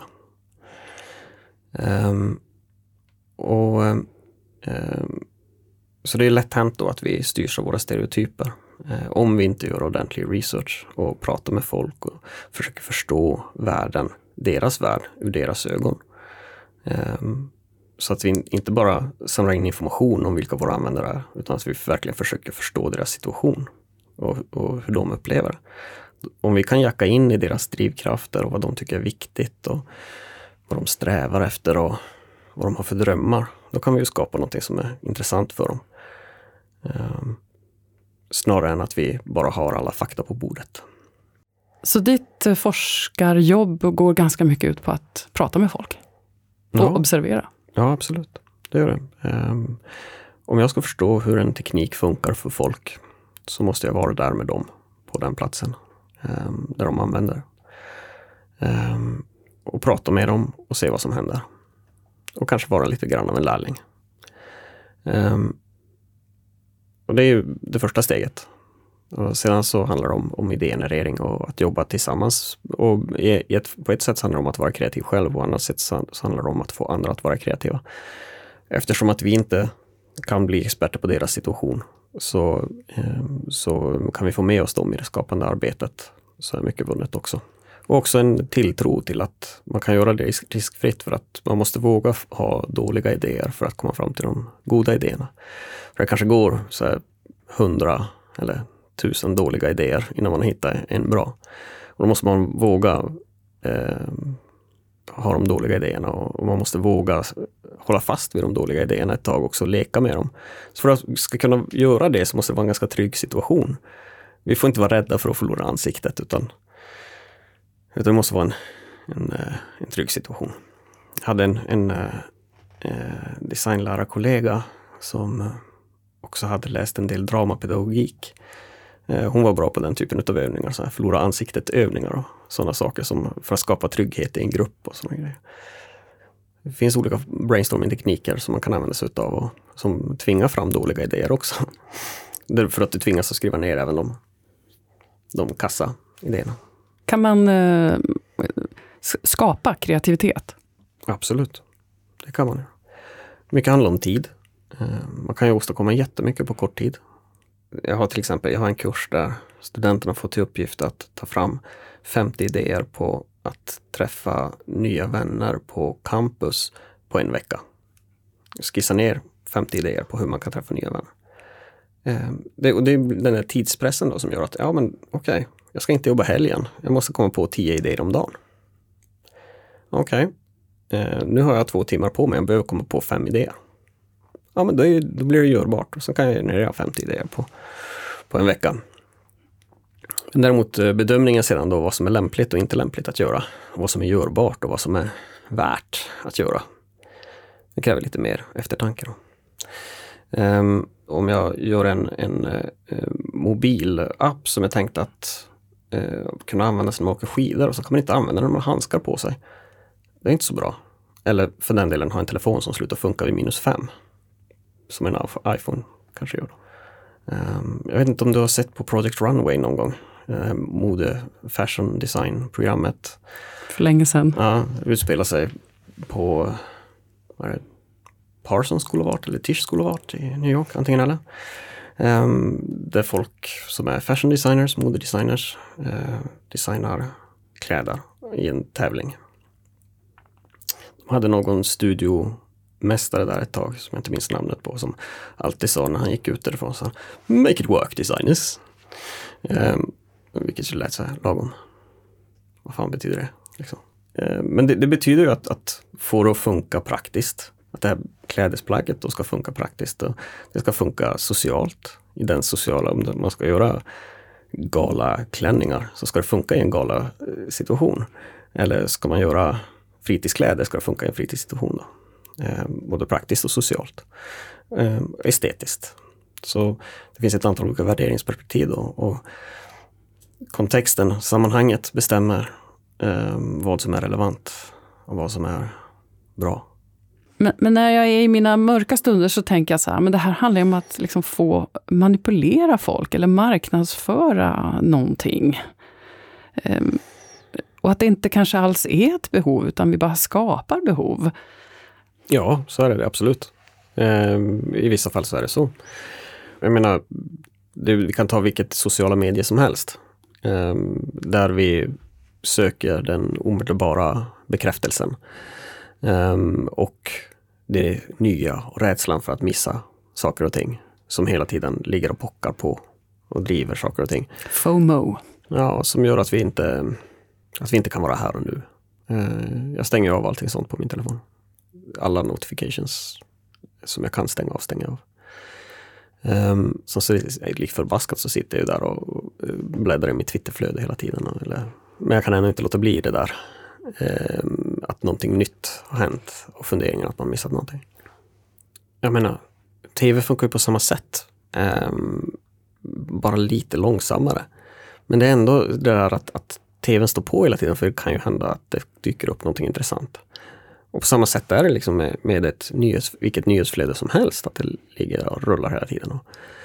Så det är lätt hänt då att vi styrs av våra stereotyper. om vi inte gör ordentlig research och pratar med folk och försöker förstå världen, deras värld, ur deras ögon. Så att vi inte bara samlar in information om vilka våra användare är, utan att vi verkligen försöker förstå deras situation och hur de upplever. Om vi kan jacka in i deras drivkrafter och vad de tycker är viktigt och vad de strävar efter och vad de har för drömmar, då kan vi ju skapa något som är intressant för dem. Snarare än att vi bara har alla fakta på bordet. Så ditt forskarjobb går ganska mycket ut på att prata med folk och observera? Ja, absolut. Det gör det. Om jag ska förstå hur en teknik funkar för folk så måste jag vara där med dem på den platsen där de använder. Och prata med dem och se vad som händer. Och kanske vara lite grann av en lärling. Och det är ju det första steget. Och sedan så handlar det om idégenerering och att jobba tillsammans. Och på ett sätt handlar det om att vara kreativ själv och på annat sätt så handlar det om att få andra att vara kreativa. Eftersom att vi inte kan bli experter på deras situation så kan vi få med oss dem i det skapande arbetet. Så är mycket vunnet också. Och också en tilltro till att man kan göra det riskfritt, för att man måste våga ha dåliga idéer för att komma fram till de goda idéerna. För det kanske går så här 100 eller 1000 dåliga idéer innan man hittar en bra. Och då måste man våga ha de dåliga idéerna och man måste våga hålla fast vid de dåliga idéerna ett tag också och leka med dem. Så för att vi ska kunna göra det så måste det vara en ganska trygg situation. Vi får inte vara rädda för att förlora ansiktet utan det måste vara en trygg situation. Jag hade en designlärarkollega som också hade läst en del dramapedagogik. Hon var bra på den typen av övningar, så här förlora ansiktet-övningar och sådana saker som för att skapa trygghet i en grupp och sådana grejer. Det finns olika brainstorming-tekniker som man kan använda sig av och som tvingar fram dåliga idéer också. Därför att du tvingas att skriva ner även de kassa idéerna. Kan man skapa kreativitet? Absolut, det kan man. Mycket handlar om tid. Man kan ju åstadkomma jättemycket på kort tid. Jag har en kurs där studenterna får till uppgift att ta fram 50 idéer på att träffa nya vänner på campus på en vecka. Skissa ner 50 idéer på hur man kan träffa nya vänner. Det är den här tidspressen då som gör att okej, jag ska inte jobba helgen. Jag måste komma på 10 idéer om dagen. Okej. Nu har jag 2 timmar på mig. Jag behöver komma på 5 idéer. Ja, men då blir det görbart. Och så kan jag generera 50 idéer på en vecka. Däremot bedömningen sedan då vad som är lämpligt och inte lämpligt att göra. Vad som är görbart och vad som är värt att göra. Det kräver lite mer eftertanke då. Om jag gör en mobilapp som är tänkt att kunna användas när man åker skidor och så kan man inte använda den när man har handskar på sig. Det är inte så bra. Eller för den delen ha en telefon som slutar funka vid -5. Som en iPhone kanske gör. Jag vet inte om du har sett på Project Runway någon gång. Mode, fashion, design-programmet. För länge sedan. Ja, utspelar sig på Parsons School of Art eller Tisch School of Art i New York, antingen eller. Där folk som är fashion designers, modedesigners, designar kläder i en tävling. De hade någon studiomästare där ett tag som jag inte minns namnet på, som alltid sa när han gick ut därifrån så make it work designers. Vilket ju lät så här lagom. Vad fan betyder det? Liksom. Men det betyder ju att få det att funka praktiskt. Att det här klädesplagget då ska funka praktiskt. Och det ska funka socialt. I den sociala, om man ska göra galaklänningar så ska det funka i en galasituation. Eller ska man göra fritidskläder ska det funka i en fritidssituation då. Både praktiskt och socialt. Estetiskt. Så det finns ett antal olika värderingsperspektiv då, och kontexten, sammanhanget bestämmer vad som är relevant och vad som är bra. Men när jag är i mina mörka stunder så tänker jag så här, men det här handlar om att liksom få manipulera folk eller marknadsföra någonting. Och att det inte kanske alls är ett behov utan vi bara skapar behov. Ja, så är det absolut. I vissa fall så är det så. Jag menar, vi kan ta vilket sociala medier som helst. Där vi söker den omedelbara bekräftelsen. Och det nya och rädslan för att missa saker och ting som hela tiden ligger och pockar på och driver saker och ting. FOMO. Ja, som gör att vi inte kan vara här och nu. Jag stänger av allting sånt på min telefon. Alla notifications som jag kan stänga av. Så likt förbaskat så sitter jag där och bläddrar i mitt Twitterflöde hela tiden. Men jag kan ändå inte låta bli det där. Att någonting nytt har hänt och funderingen att man missat någonting. Jag menar, tv funkar ju på samma sätt. Bara lite långsammare. Men det är ändå det där att tvn står på hela tiden, för det kan ju hända att det dyker upp någonting intressant. Och på samma sätt är det liksom med vilket nyhetsflöde som helst, att det ligger och rullar hela tiden.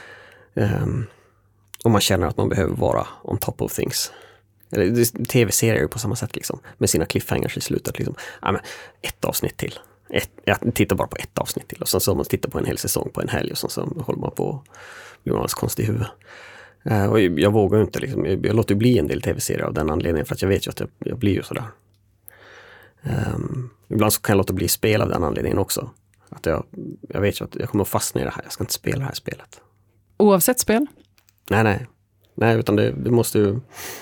Och man känner att man behöver vara on top of things. Tv-serier är ju på samma sätt liksom, med sina cliffhangers i slutet. Liksom. Ett avsnitt till. Jag tittar bara på ett avsnitt till. Och sen så man tittar på en hel säsong på en helg och så håller man på och blir alldeles konstig i huvudet. Och jag vågar inte liksom, jag låter bli en del tv-serier av den anledningen, för att jag vet ju att jag blir ju sådär. Ibland så kan jag låta bli spel av den anledningen också. Att jag vet ju att jag kommer att fastna i det här. Jag ska inte spela det här spelet. Oavsett spel? Nej, utan det måste ju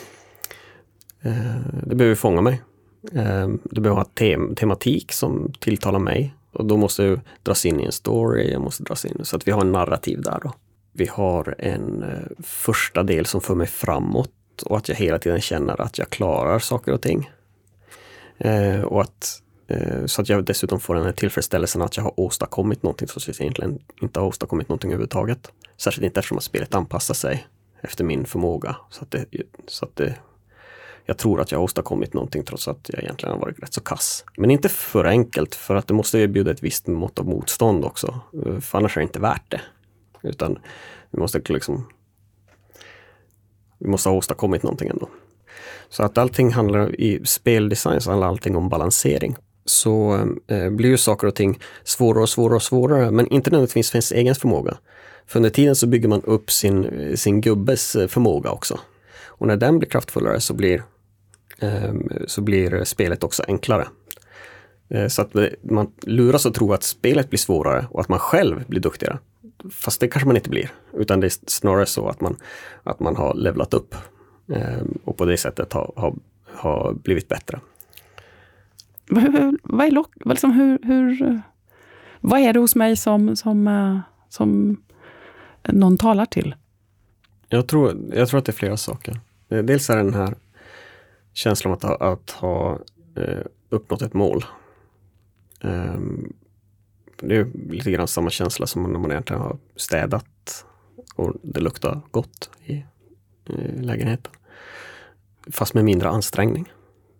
det behöver fånga mig. Det behöver ha tematik som tilltalar mig. Och då måste jag dras in i en story. Jag måste dras in så att vi har en narrativ där då. Vi har en första del som för mig framåt. Och att jag hela tiden känner att jag klarar saker och ting. Så att jag dessutom får den här tillfredsställelsen att jag har åstadkommit någonting som jag egentligen inte har åstadkommit någonting överhuvudtaget. Särskilt inte eftersom att spelet anpassar sig efter min förmåga. Så att jag tror att jag har åstadkommit någonting trots att jag egentligen har varit rätt så kass. Men inte för enkelt, för att det måste erbjuda ett visst mått av motstånd också. För annars är det inte värt det. Utan vi måste ha åstadkommit någonting ändå. Så att allting handlar i speldesign, så handlar allting om balansering. Så blir ju saker och ting svårare, men inte nödvändigtvis för sin egen förmåga. För under tiden så bygger man upp sin gubbes förmåga också. Och när den blir kraftfullare så blir spelet också enklare. Så att man luras att tro att spelet blir svårare och att man själv blir duktigare. Fast det kanske man inte blir. Utan det är snarare så att man har levlat upp. Och på det sättet har blivit bättre. Vad är det hos mig som någon talar till? Jag tror att det är flera saker. Dels är den här känslan att ha uppnått ett mål. Det är lite grann samma känsla som när man egentligen har städat och det luktar gott i lägenheten. Fast med mindre ansträngning.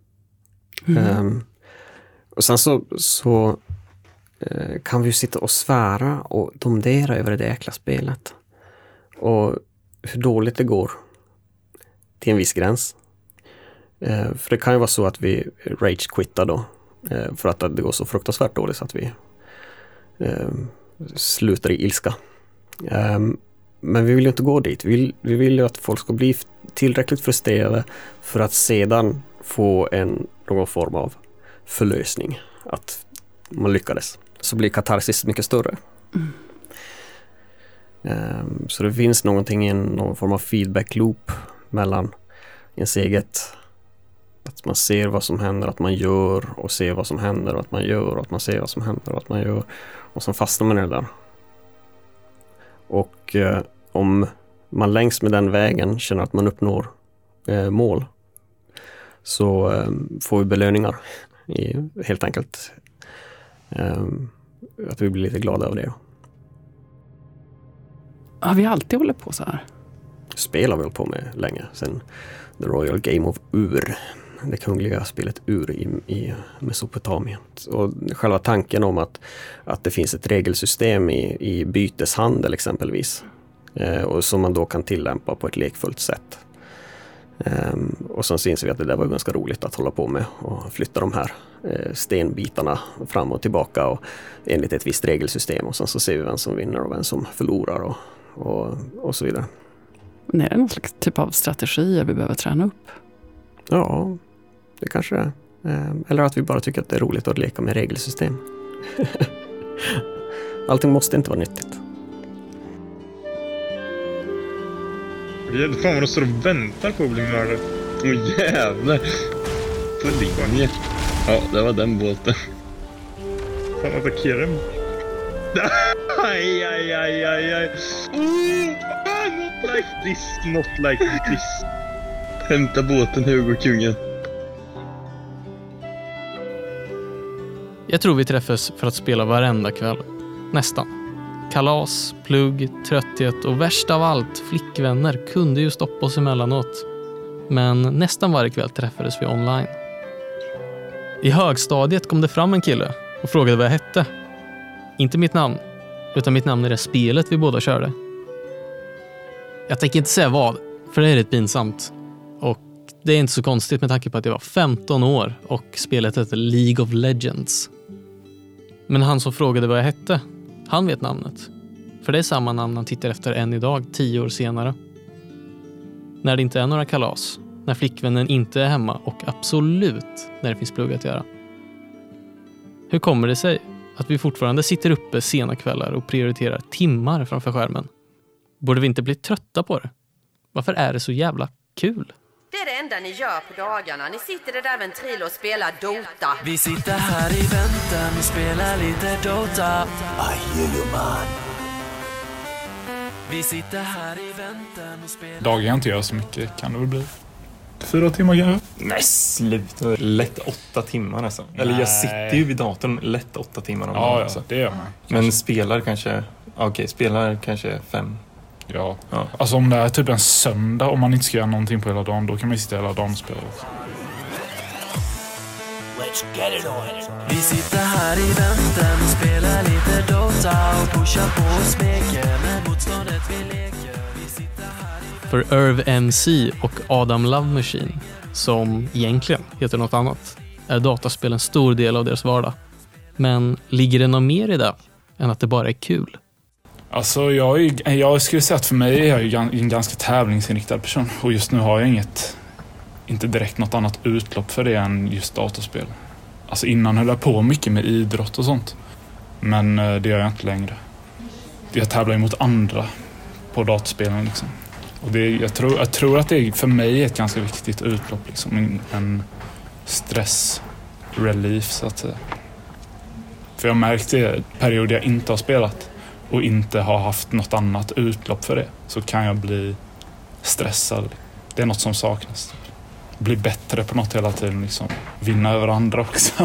Och sen så kan vi ju sitta och svära och domdera över det jäkla spelet. Och hur dåligt det går till en viss gräns. För det kan ju vara så att vi rage-quittar då. För att det går så fruktansvärt dåligt så att vi slutar i ilska. Men vi vill ju inte gå dit. Vi vill ju att folk ska bli tillräckligt frustrerade för att sedan få någon form av förlösning. Att man lyckades. Så blir katarsis mycket större. Så det finns någonting i någon form av feedback loop mellan ens eget, att man ser vad som händer, att man gör och ser vad som händer och att man gör och att man ser vad som händer och att man gör, och så fastnar man i det där. Och om man längs med den vägen känner att man uppnår mål, så får vi belöningar helt enkelt. Att vi blir lite glada av det. Har vi alltid hållit på så här? Spel har vi hållit på med länge. Sen The Royal Game of Ur. Det kungliga spelet Ur i Mesopotamien. Och själva tanken om att det finns ett regelsystem i byteshandel exempelvis. Och som man då kan tillämpa på ett lekfullt sätt. Och sen så inser vi att det där var ganska roligt att hålla på med och flytta de här stenbitarna fram och tillbaka och enligt ett visst regelsystem, och sen så ser vi vem som vinner och vem som förlorar och så vidare. Men är det någon slags typ av strategier vi behöver träna upp? Ja, det kanske är. Eller att vi bara tycker att det är roligt att leka med regelsystem. Allting måste inte vara nyttigt. Fan vad de står och väntar på att bli mördad. Åh jävlar. På linje. Ja, det var den båten. Fan, attackerar den. Aj. Not like this, not like this. Hämta båten, Hugo kungen. Jag tror vi träffas för att spela varenda kväll. Nästan. Kalas, plugg, trötthet och värst av allt, flickvänner kunde ju stoppa oss emellanåt. Men nästan varje kväll träffades vi online. I högstadiet kom det fram en kille och frågade vad jag hette. Inte mitt namn, utan mitt namn i det spelet vi båda körde. Jag tänker inte säga vad, för det är rätt pinsamt. Och det är inte så konstigt med tanke på att jag var 15 år och spelet hette League of Legends. Men han som frågade vad jag hette, han vet namnet. För det är samma namn han tittar efter än idag, 10 år senare. När det inte är några kalas, när flickvännen inte är hemma och absolut när det finns plugg att göra. Hur kommer det sig att vi fortfarande sitter uppe sena kvällar och prioriterar timmar framför skärmen? Borde vi inte bli trötta på det? Varför är det så jävla kul? Det är det enda ni gör på dagarna. Ni sitter där ventrilo och spelar Dota. Vi sitter här i väntan och spelar lite Dota. Ajajamän. Vi sitter här i väntan och spelar... Dagar jag inte gör så mycket kan det väl bli 4 timmar kanske? Nej, sluta. Lätt 8 timmar nästan. Eller jag sitter ju vid datorn lätt 8 timmar om dagen. Ja, det gör man. Men spelar kanske... Okej, spelar kanske 5. Ja. Alltså om det är typ en söndag, om man inte ska göra någonting på hela dagen, då kan man ju sitta hela dagen och spela. Let's get it on. Vi sitter här i väntan och spelar lite Dota och pushar på och smeker med motståndet vi leker. Vi sitter här i... För Irv MC och Adam Love Machine, som egentligen heter något annat, är dataspel en stor del av deras vardag. Men ligger det något mer i det än att det bara är kul? Alltså jag skulle säga att för mig är jag ju en ganska tävlingsinriktad person. Och just nu har jag inte direkt något annat utlopp för det än just datorspel. Alltså innan höll jag på mycket med idrott och sånt. Men det gör jag inte längre. Jag tävlar mot andra på datorspelen liksom. Och jag tror att det för mig är ett ganska viktigt utlopp liksom. En stress-relief så att säga. För jag märkte perioder jag inte har spelat och inte har haft något annat utlopp för det, så kan jag bli stressad. Det är något som saknas. Bli bättre på något hela tiden liksom. Vinna över andra också.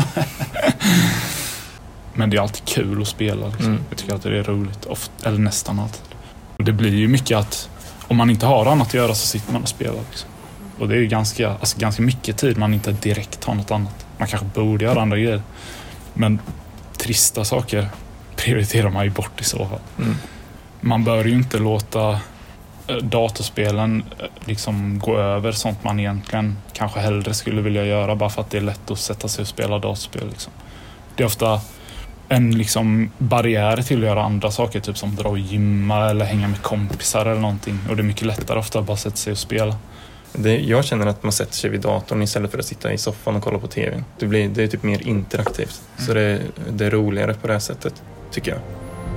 Men det är alltid kul att spela liksom. Jag tycker att det är roligt, eller nästan alltid. Och det blir ju mycket att om man inte har annat att göra så sitter man och spelar liksom. Och det är ju ganska mycket tid man inte direkt har något annat. Man kanske borde göra andra grejer. Men trista saker prioriterar man ju bort i så fall. Man bör ju inte låta datorspelen liksom gå över sånt man egentligen kanske hellre skulle vilja göra bara för att det är lätt att sätta sig och spela datorspel liksom. Det är ofta en liksom barriär till att göra andra saker, typ som dra och gymma eller hänga med kompisar eller någonting, och det är mycket lättare ofta att bara sätta sig och spela. Jag känner att man sätter sig vid datorn istället för att sitta i soffan och kolla på tv. Det är typ mer interaktivt. Så det är roligare på det här sättet, tycker jag.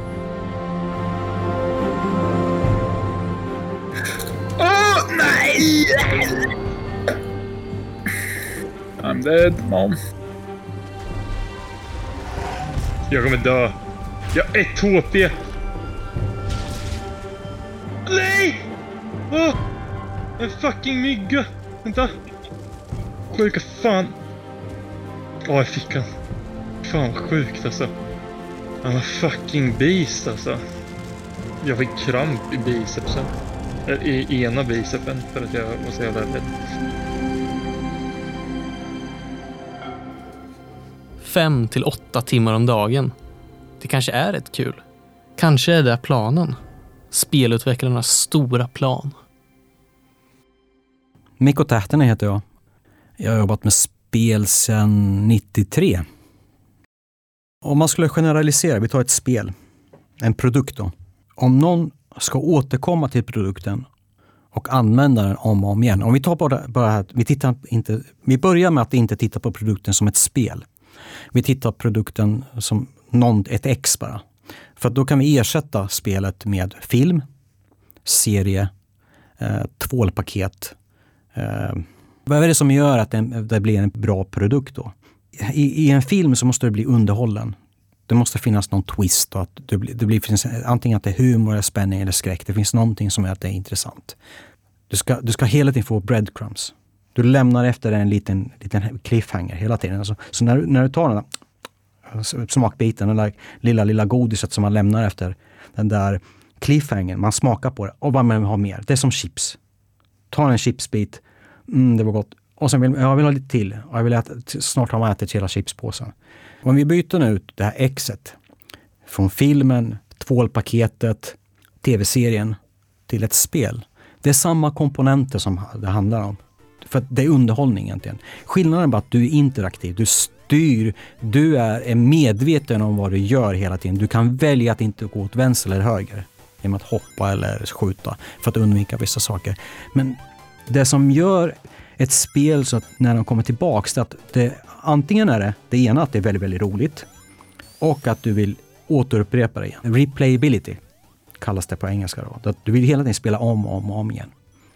Åh, nej! I'm dead, mom. Jag kommer dö. Jag har 1 HP. Nej! Åh! En fucking mygga. Vänta. Sjuka fan. Jag fick han. Fan vad sjukt alltså. Han var fucking beast alltså. Jag fick kramp i bicepsen. I ena bicepen för att jag var så jävla rädd. 5 till 8 timmar om dagen. Det kanske är rätt kul. Kanske är det planen. Spelutvecklarnas stora plan. Mikko Tähtinen heter jag. Jag har jobbat med spel sedan 93. Om man skulle generalisera, vi tar ett spel. En produkt då. Om någon ska återkomma till produkten och använda den om och om igen. Om vi tar bara här, vi börjar med att inte titta på produkten som ett spel. Vi tittar på produkten som ett ex bara. För då kan vi ersätta spelet med film, serie, tvålpaket. Vad är det som gör att det blir en bra produkt då? I en film så måste det bli underhållen. Det måste finnas någon twist och att finns antingen att det är humor, eller spänning eller skräck. Det finns någonting som är att det är intressant. Du ska hela tiden få breadcrumbs. Du lämnar efter en liten cliffhanger hela tiden. Alltså, så när du tar den där smakbiten, den där lilla godiset som man lämnar efter den där cliffhangern, man smakar på det och vad man har mer. Det är som chips. Ta en chipsbit, det var gott. Och sen vill jag ha lite till. Och jag vill snart har man ätit hela chipspåsen. Om vi byter nu ut det här exet från filmen, tvålpaketet, tv-serien till ett spel. Det är samma komponenter som det handlar om. För det är underhållning egentligen. Skillnaden är bara att du är interaktiv, du styr, du är medveten om vad du gör hela tiden. Du kan välja att inte gå åt vänster eller höger genom att hoppa eller skjuta för att undvika vissa saker. Men det som gör ett spel så att när de kommer tillbaka, att antingen är det ena att det är väldigt, väldigt roligt och att du vill återupprepa det igen. Replayability kallas det på engelska då. Att du vill hela tiden spela om igen.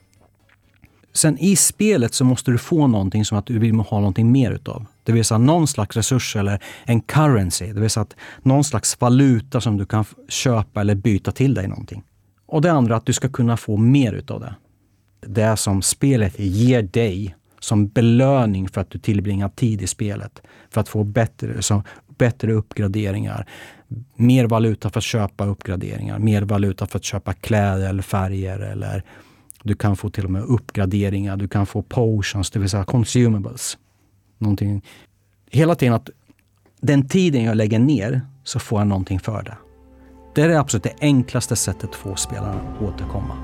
Sen i spelet så måste du få någonting som att du vill ha någonting mer utav. Det vill säga någon slags resurs eller en currency. Det vill säga att någon slags valuta som du kan köpa eller byta till dig någonting. Och det andra att du ska kunna få mer utav det. Det som spelet ger dig som belöning för att du tillbringar tid i spelet. För att få bättre uppgraderingar. Mer valuta för att köpa uppgraderingar. Mer valuta för att köpa kläder eller färger. Eller du kan få till och med uppgraderingar. Du kan få potions, det vill säga consumables. Någonting. Hela tiden att den tiden jag lägger ner så får jag någonting för det. Det är absolut det enklaste sättet att få spelarna att återkomma.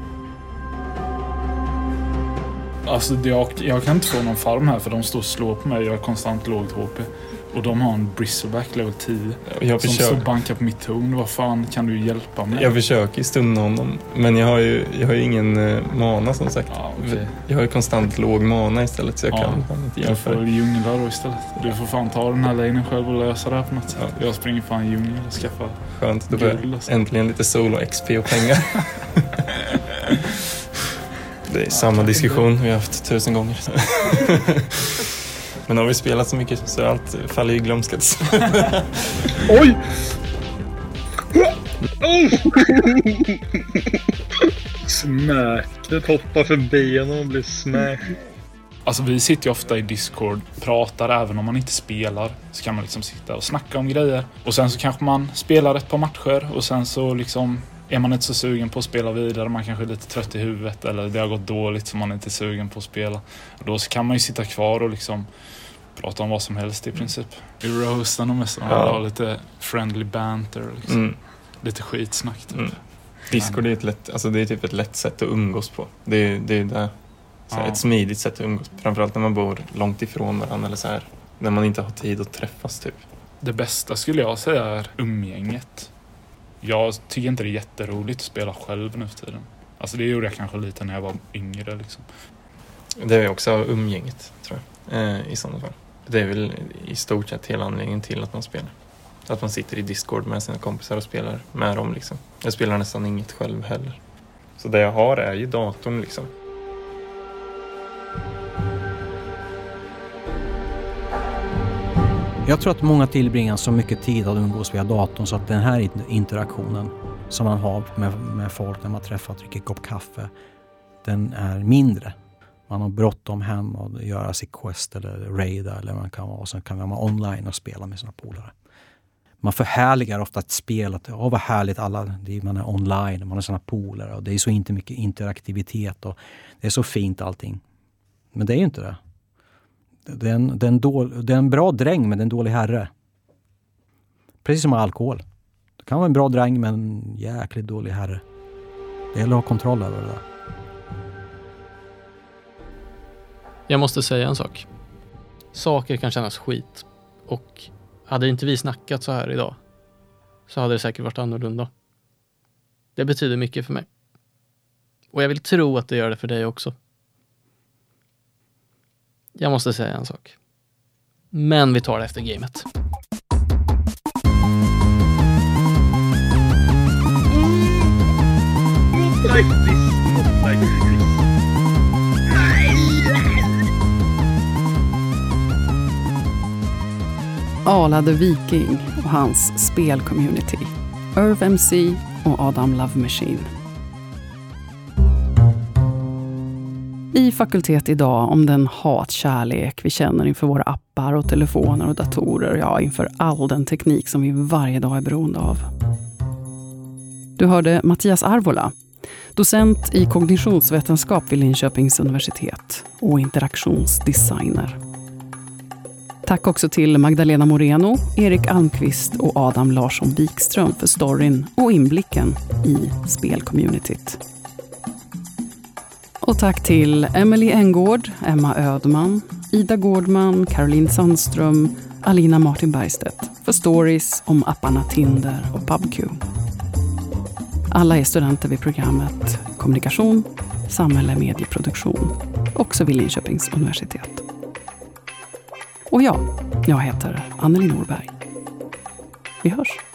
Alltså jag kan inte få någon farm här för de står och slår på mig. Jag har konstant lågt HP. Och de har en bristleback level 10 som så bankar på mitt torn. Vad fan kan du hjälpa mig? Jag försöker stunda honom. Men jag har ju ingen mana som sagt. Ja, okay. Jag har ju konstant låg mana istället så jag kan inte hjälpa. Jag får djungla då istället. Du får fan ta den här lägen själv och lösa det här på något sätt. Jag springer fan i djungel och skaffar skönt, då blir äntligen lite solo XP och pengar. Det är samma diskussion vi har haft 1000 gånger. Men har vi spelat så mycket så allt faller ju glömskat. Oj! Smäcket hoppar förbi en och blir smäck. Alltså vi sitter ju ofta i Discord, pratar även om man inte spelar. Så kan man liksom sitta och snacka om grejer. Och sen så kanske man spelar ett par matcher och sen så liksom är man inte så sugen på att spela vidare. Man kanske är lite trött i huvudet eller det har gått dåligt så man är inte sugen på att spela. Och då så kan man ju sitta kvar och liksom prata om vad som helst i princip. Vi roastar nog mest ha lite friendly banter liksom. Lite skitsnack typ. Discord är det är typ ett lätt sätt att umgås på. Det är där ett smidigt sätt att umgås. Framförallt när man bor långt ifrån varandra eller så här. När man inte har tid att träffas typ. Det bästa skulle jag säga är umgänget. Jag tycker inte det är jätteroligt att spela själv nu för tiden. Alltså det gjorde jag kanske lite när jag var yngre liksom. Det är också umgänget tror jag. I sådana fall. Det är väl i stort sett hela anledningen till att man spelar. Att man sitter i Discord med sina kompisar och spelar med dem liksom. Jag spelar nästan inget själv heller. Så det jag har är ju datorn liksom. Jag tror att många tillbringar så mycket tid att umgås via datorn så att den här interaktionen som man har med folk när man träffar och dricker kopp kaffe, den är mindre. Man har bråttom hem och göra sitt quest eller raida eller man kan vara, och sen kan man vara online och spela med sina polare. Man förhärligar ofta ett spel att vad härligt man är online, man har sina polare och det är så inte mycket interaktivitet och det är så fint allting. Men det är ju inte det. Det är en bra dräng men det är en dålig herre. Precis som med alkohol. Det kan vara en bra dräng men en jäkligt dålig herre. Det gäller att ha kontroll över det där. Jag måste säga en sak. Saker kan kännas skit. Och hade inte vi snackat så här idag så hade det säkert varit annorlunda. Det betyder mycket för mig. Och jag vill tro att det gör det för dig också. Jag måste säga en sak. Men vi tar det efter gamet. Ala the Viking och hans spelcommunity. Irv MC och Adam Love Machine. I Fakultet idag om den hatkärlek vi känner inför våra appar och telefoner och datorer. Ja, inför all den teknik som vi varje dag är beroende av. Du hörde Mattias Arvola, docent i kognitionsvetenskap vid Linköpings universitet och interaktionsdesigner. Tack också till Magdalena Moreno, Erik Almqvist och Adam Larsson Wikström för storyn och inblicken i spelcommunityt. Och tack till Emily Engård, Emma Ödman, Ida Gårdman, Caroline Sandström, Alina Martin Bergstedt för stories om apparna Tinder och PubQ. Alla är studenter vid programmet Kommunikation, samhälle, medieproduktion, också vid Linköpings universitet. Och jag heter Anneli Norberg. Vi hörs.